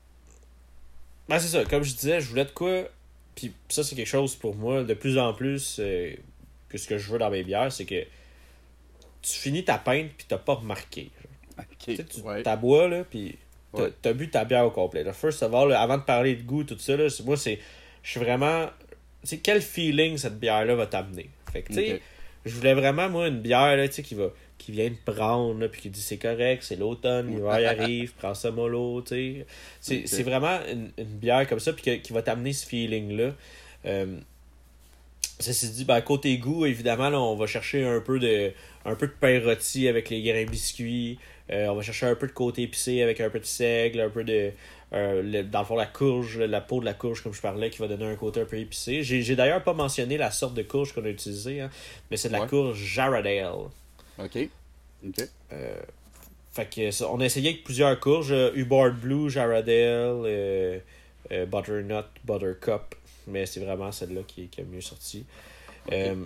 Ben, c'est ça. Comme je disais, je voulais de quoi. Puis ça, c'est quelque chose pour moi, de plus en plus, euh, que ce que je veux dans mes bières, c'est que tu finis ta pinte puis t'as pas remarqué. Okay, tu sais, tu ouais. t'aboies, là, puis t'as, ouais. t'as bu ta bière au complet. Là. First of all, là, avant de parler de goût, tout ça, là, moi, c'est. Je suis vraiment. Tu sais, quel feeling cette bière-là va t'amener? Fait que, tu sais, okay. je voulais vraiment, moi, une bière, là, tu sais, qui va. qui vient de prendre, là, puis qui dit c'est correct, c'est l'automne, l'hiver y arrive, prends ça mollo, tu sais. C'est, okay. c'est vraiment une, une bière comme ça, puis que, qui va t'amener ce feeling-là. Euh, ceci dit, ben, côté goût, évidemment, là, on va chercher un peu de un peu de pain rôti avec les grains biscuits. Euh, on va chercher un peu de côté épicé avec un peu de seigle, un peu de... Euh, le, dans le fond, la courge, la peau de la courge, comme je parlais, qui va donner un côté un peu épicé. J'ai, j'ai d'ailleurs pas mentionné la sorte de courge qu'on a utilisée, hein, mais c'est de la ouais. courge Jarradale. OK. OK. Euh, fait que ça, on a essayé avec plusieurs courges. Euh, Hubbard Blue, Jarradale, euh, euh, Butternut, Buttercup. Mais c'est vraiment celle-là qui, qui est mieux sortie. Okay. Euh,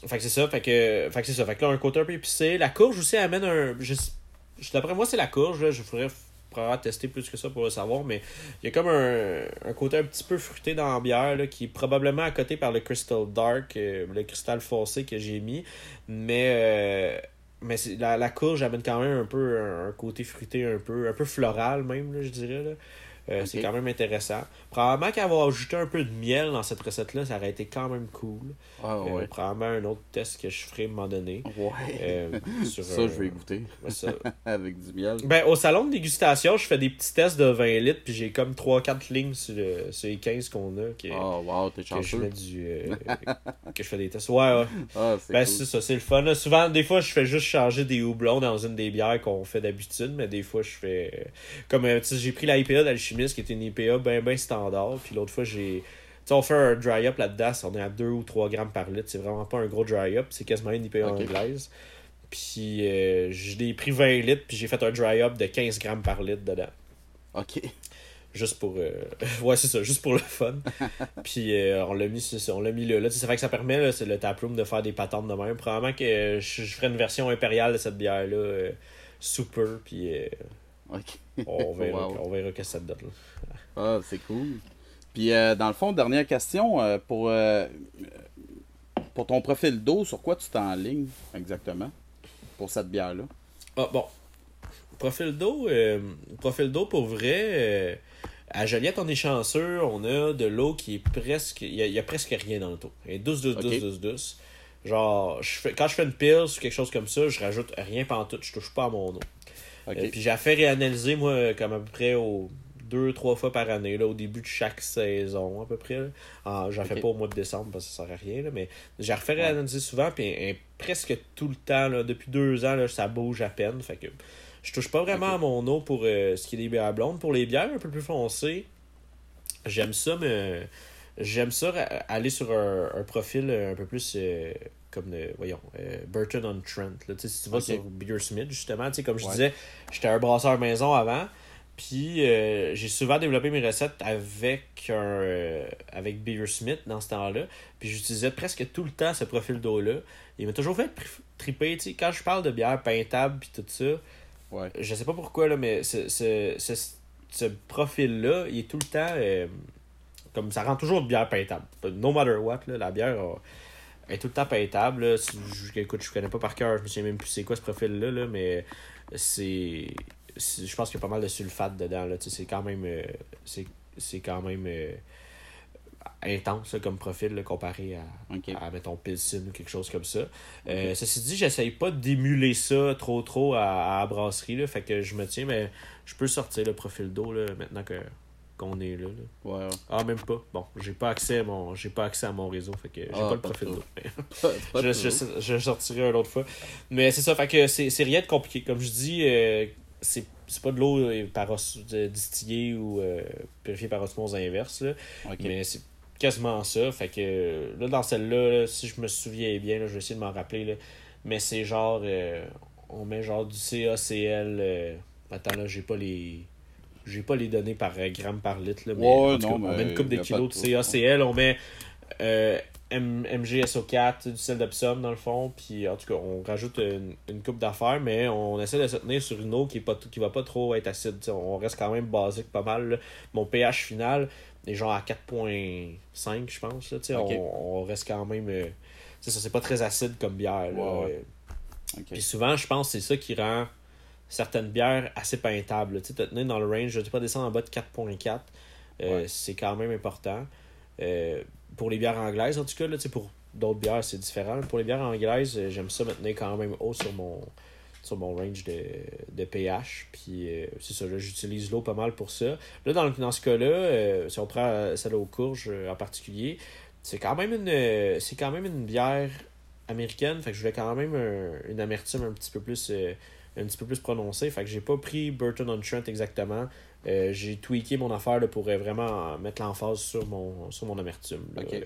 fait que c'est ça. Fait que, fait que c'est ça. Fait que là, un côté un peu épicé. La courge aussi amène un. Je, je, d'après moi, c'est la courge. Là. Je voudrais probablement tester plus que ça pour le savoir. Mais il y a comme un, un côté un petit peu fruité dans la bière là, qui est probablement à côté par le Crystal Dark, euh, le cristal foncé que j'ai mis. Mais. Euh, mais c'est, la, la courge amène quand même un peu un, un côté fruité, un peu, un peu floral même, là, je dirais. Là. Euh, okay. C'est quand même intéressant. Probablement qu'avoir ajouté un peu de miel dans cette recette-là, ça aurait été quand même cool. Ah, ouais. euh, probablement un autre test que je ferai à un moment donné. Ouais. Euh, sur, ça, euh, je vais goûter. Ça. Avec du miel. Ben, au salon de dégustation, je fais des petits tests de vingt litres, puis j'ai comme trois quatre lignes sur, le, sur les quinze qu'on a. Que, oh, wow, t'es chanceux. Que je, mets du, euh, que je fais des tests. Ouais, ouais. Ah, c'est ben, cool. c'est ça, c'est le fun. Là. Souvent, des fois, je fais juste changer des houblons dans une des bières qu'on fait d'habitude, mais des fois, je fais. Comme, tu sais, j'ai pris la I P A d'Alchimiste, qui était une I P A bien, bien standard, puis l'autre fois, j'ai. Tu sais, on fait un dry-up là-dedans, on est à deux ou trois grammes par litre. C'est vraiment pas un gros dry-up, c'est quasiment une I P A okay. anglaise. Puis euh, je l'ai pris vingt litres, puis j'ai fait un dry-up de quinze grammes par litre dedans. OK. Juste pour. Euh... ouais, c'est ça, juste pour le fun. Puis euh, on l'a mis, on l'a mis là. là. Ça fait que ça permet, là, c'est le taproom, de faire des patentes de même. Probablement que euh, je, je ferai une version impériale de cette bière-là, euh, super, puis euh, okay. on verra, wow. on verra ce que ça donne. Là. Ah, c'est cool. Puis, euh, dans le fond, dernière question, euh, pour, euh, pour ton profil d'eau, sur quoi tu t'enlignes exactement pour cette bière-là? Ah, bon. Profil d'eau, euh, profil d'eau pour vrai, euh, à Joliette, on est chanceux, on a de l'eau qui est presque, il y, y a presque rien dans le taux. Elle est douce, douce, okay. douce, douce, douce. Genre, je fais, quand je fais une pils ou quelque chose comme ça, je rajoute rien pantoute, je touche pas à mon eau. Okay. Euh, puis j'ai fait réanalyser, moi, comme à peu près au... deux, trois fois par année, là, au début de chaque saison, à peu près. Ah, j'en okay. fais pas au mois de décembre parce que ça sert à rien, là, mais j'ai refait réanalyser souvent, puis hein, presque tout le temps, là, depuis deux ans, là, ça bouge à peine. Fait que je touche pas vraiment okay. à mon eau pour euh, ce qui est des bières blondes. Pour les bières un peu plus foncées, j'aime ça, mais j'aime ça aller sur un, un profil un peu plus euh, comme, de, voyons, euh, Burton-on-Trent. Là, si tu vas okay. sur Beersmith, justement, comme je ouais. disais, j'étais un brasseur maison avant. Puis euh, j'ai souvent développé mes recettes avec un euh, avec Beersmith dans ce temps-là. Puis j'utilisais presque tout le temps ce profil d'eau-là. Il m'a toujours fait triper. Tu sais, quand je parle de bière peintable puis tout ça, ouais. je sais pas pourquoi, là, mais ce, ce, ce, ce profil-là, il est tout le temps. Euh, comme ça rend toujours de bière peintable. No matter what, là, la bière a, est tout le temps peintable. Là. Si, je, écoute, je connais pas par cœur, je me souviens même plus c'est quoi ce profil-là, là, mais c'est. Je pense qu'il y a pas mal de sulfate dedans. Là. C'est quand même euh, c'est, c'est quand même euh, intense là, comme profil là, comparé à, okay. à, mettons, Pilsen ou quelque chose comme ça. Okay. Euh, ceci dit, j'essaye pas d'émuler ça trop trop à, à la brasserie. Là, fait que je me tiens, mais je peux sortir le profil d'eau là, maintenant que, qu'on est là. là. Ouais, ouais. Ah, même pas. Bon, j'ai pas accès à mon, j'ai pas accès à mon réseau. Fait que j'ai ah, pas le pas profil d'eau. pas je, je, je, je sortirai une autre fois. Mais c'est ça, fait que c'est, c'est rien de compliqué. Comme je dis, euh, c'est, c'est pas de l'eau par os, de, distillée ou euh, purifiée par osmose inverse. Là, okay. Mais c'est quasiment ça. Fait que là, dans celle-là, là, si je me souviens bien, là, je vais essayer de m'en rappeler. Là, mais c'est genre. Euh, on met genre du C A C L. Euh, attends, là, j'ai pas les. J'ai pas les données par gramme par litre. Là, mais ouais, cas, non, on mais met une coupe de kilos de C A C L. On met. Euh, M G S O quatre, du sel d'Epsom dans le fond, puis en tout cas on rajoute une, une coupe d'affaires, mais on essaie de se tenir sur une eau qui est pas qui va pas trop être acide. T'sais, on reste quand même basique pas mal. Là. Mon pH final est genre à quatre virgule cinq, je pense. Là, okay. on, on reste quand même. Euh, ça, c'est pas très acide comme bière. Là. Ouais. Okay. Puis souvent, je pense que c'est ça qui rend certaines bières assez peintables. Tu sais, te tenir dans le range, je ne pas descendre en bas de quatre virgule quatre. Euh, ouais. C'est quand même important. Euh, pour les bières anglaises, en tout cas, là, pour d'autres bières, c'est différent. Pour les bières anglaises, j'aime ça me tenir quand même haut sur mon, sur mon range de, de pH. Puis euh, c'est ça, là, j'utilise l'eau pas mal pour ça. Là, dans, dans ce cas-là, euh, si on prend celle aux courges euh, en particulier, c'est quand même une euh, c'est quand même une bière américaine. Fait que je voulais quand même un, une amertume un petit peu plus euh, un petit peu plus prononcée. Fait que j'ai pas pris Burton-on-Trent exactement. Euh, j'ai tweaké mon affaire là, pour euh, vraiment mettre l'emphase sur mon, sur mon amertume. Là, okay. euh,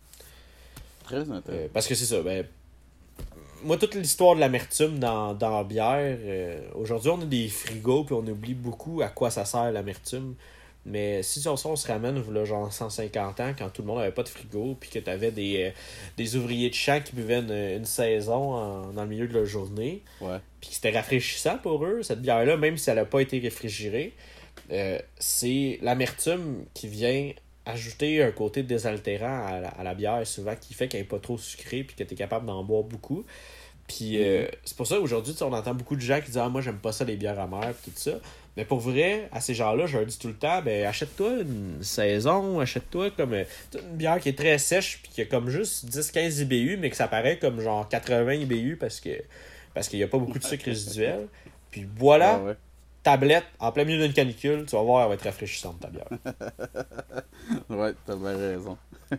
Très intéressant. Euh, parce que c'est ça. Ben, moi, toute l'histoire de l'amertume dans, dans la bière, euh, aujourd'hui, on a des frigos puis on oublie beaucoup à quoi ça sert l'amertume. Mais si on, on se ramène, là, genre cent cinquante ans, quand tout le monde avait pas de frigo, puis que tu avais des, euh, des ouvriers de champ qui buvaient une, une saison en, dans le milieu de leur journée, Ouais. puis que c'était rafraîchissant pour eux, cette bière-là, même si elle n'a pas été réfrigérée, euh, c'est l'amertume qui vient ajouter un côté désaltérant à la, à la bière, souvent, qui fait qu'elle n'est pas trop sucrée, puis que tu es capable d'en boire beaucoup. Puis euh, c'est pour ça qu'aujourd'hui, on entend beaucoup de gens qui disent ah, moi, j'aime pas ça, les bières amères, puis tout ça. Mais pour vrai, à ces gens-là, je leur dis tout le temps, ben achète-toi une saison, achète-toi comme euh, une bière qui est très sèche, puis qui a comme juste dix à quinze I B U, mais que ça paraît comme genre quatre-vingts I B U parce que parce qu'il n'y a pas beaucoup de sucre résiduel. Puis voilà, Ah ouais. tablette, en plein milieu d'une canicule, tu vas voir, elle va être rafraîchissante, ta bière. Ouais, t'as bien raison.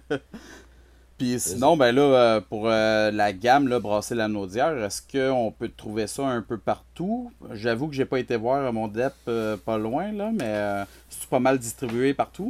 Puis sinon, ben là, euh, pour euh, la gamme, là, Brasser la Naudière, est-ce qu'on peut trouver ça un peu partout? J'avoue que j'ai pas été voir à mon D E P euh, pas loin, là, mais euh, c'est pas mal distribué partout?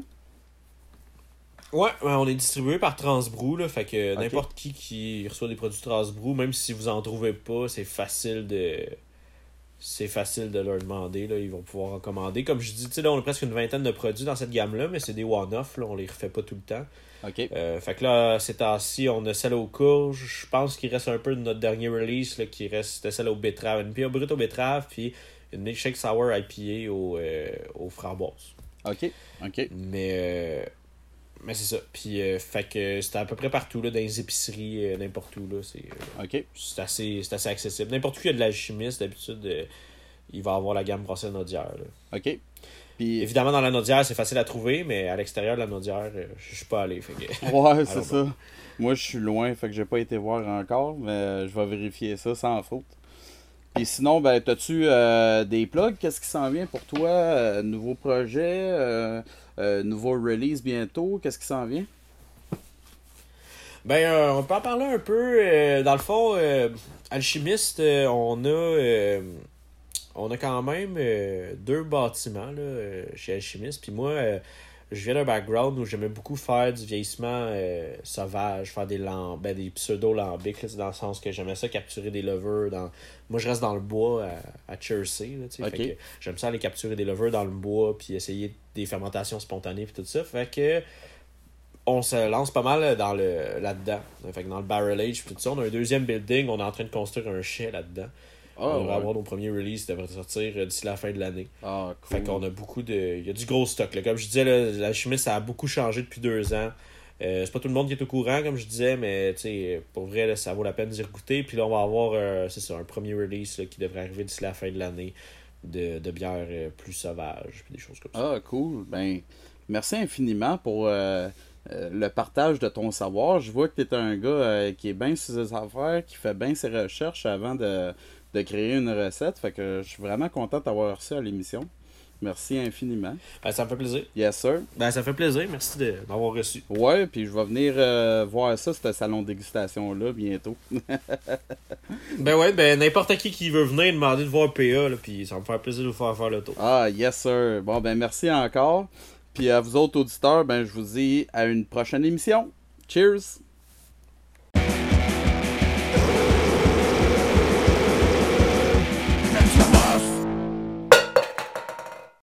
Ouais, ouais, on est distribué par Transbrou, là, fait que Ok. n'importe qui qui reçoit des produits Transbrou, même si vous en trouvez pas, c'est facile de c'est facile de leur demander, là, ils vont pouvoir en commander. Comme je dis, tu sais, là, on a presque une vingtaine de produits dans cette gamme-là, mais c'est des one-off, là, on les refait pas tout le temps. OK. Euh, fait que là, ces temps-ci, on a celle aux courges. Je pense qu'il reste un peu de notre dernier release, là, qui reste c'était celle aux betteraves. Une bière brute aux betteraves, puis une milkshake sour I P A aux, euh, aux framboises. OK. OK. Mais, euh, mais c'est ça. Puis, euh, fait que c'était à peu près partout, là, dans les épiceries, euh, n'importe où, là. C'est, euh, OK. c'est, assez, c'est assez accessible. N'importe où il y a de l'alchimiste, d'habitude, euh, il va avoir la gamme Brassée Naudière, là. OK. Puis, Évidemment, dans la Naudière, c'est facile à trouver, mais à l'extérieur de la Naudière, euh, je suis pas allé. Fait que... ouais, c'est Alors, ça. Moi, je suis loin, fait que j'ai pas été voir encore, mais euh, je vais vérifier ça sans faute. Puis sinon, ben, t'as-tu euh, des plugs? Qu'est-ce qui s'en vient pour toi? Euh, nouveau projet? Euh, euh, nouveau release bientôt? Qu'est-ce qui s'en vient? Ben, euh, on peut en parler un peu. Euh, dans le fond, euh, Alchimiste, euh, on a euh, on a quand même euh, deux bâtiments là, euh, chez Alchimiste. Puis moi, euh, je viens d'un background où j'aimais beaucoup faire du vieillissement euh, sauvage, faire des lam- ben, des pseudo-lambics, là, c'est dans le sens que j'aimais ça capturer des levures. Dans... Moi, je reste dans le bois à, à Chersey. Là, tu sais. Ok. Fait que j'aime ça aller capturer des levures dans le bois, puis essayer des fermentations spontanées, puis tout ça. Fait que on se lance pas mal dans le là-dedans. Fait que dans le barrel age puis tout ça, on a un deuxième building, on est en train de construire un chai là-dedans. Ah, on devrait ouais. avoir nos premiers releases qui devraient sortir euh, d'ici la fin de l'année. Ah, cool. Fait qu'on a beaucoup de. Il y a du gros stock. Là. Comme je disais, là, la chimie, ça a beaucoup changé depuis deux ans. Euh, c'est pas tout le monde qui est au courant, comme je disais, mais tu sais, pour vrai, là, ça vaut la peine d'y goûter. Puis là, on va avoir euh, c'est ça, un premier release là, qui devrait arriver d'ici la fin de l'année de, de bières euh, plus sauvages, puis des choses comme ça. Ah, cool. Ben, merci infiniment pour euh, euh, le partage de ton savoir. Je vois que tu es un gars euh, qui est bien sur ses affaires, qui fait bien ses recherches avant de, de créer une recette. Fait que je suis vraiment content de t'avoir reçu à l'émission. Merci infiniment. Ben, ça me fait plaisir. Yes, sir. Ben, ça fait plaisir. Merci de m'avoir reçu. Ouais, puis je vais venir euh, voir ça, ce salon de dégustation-là, bientôt. Ben ouais, ben n'importe qui qui veut venir demander de voir P A, là, puis ça va me faire plaisir de vous faire faire le tour. Ah, yes, sir. Bon, ben merci encore. Puis à vous autres auditeurs, ben je vous dis à une prochaine émission. Cheers!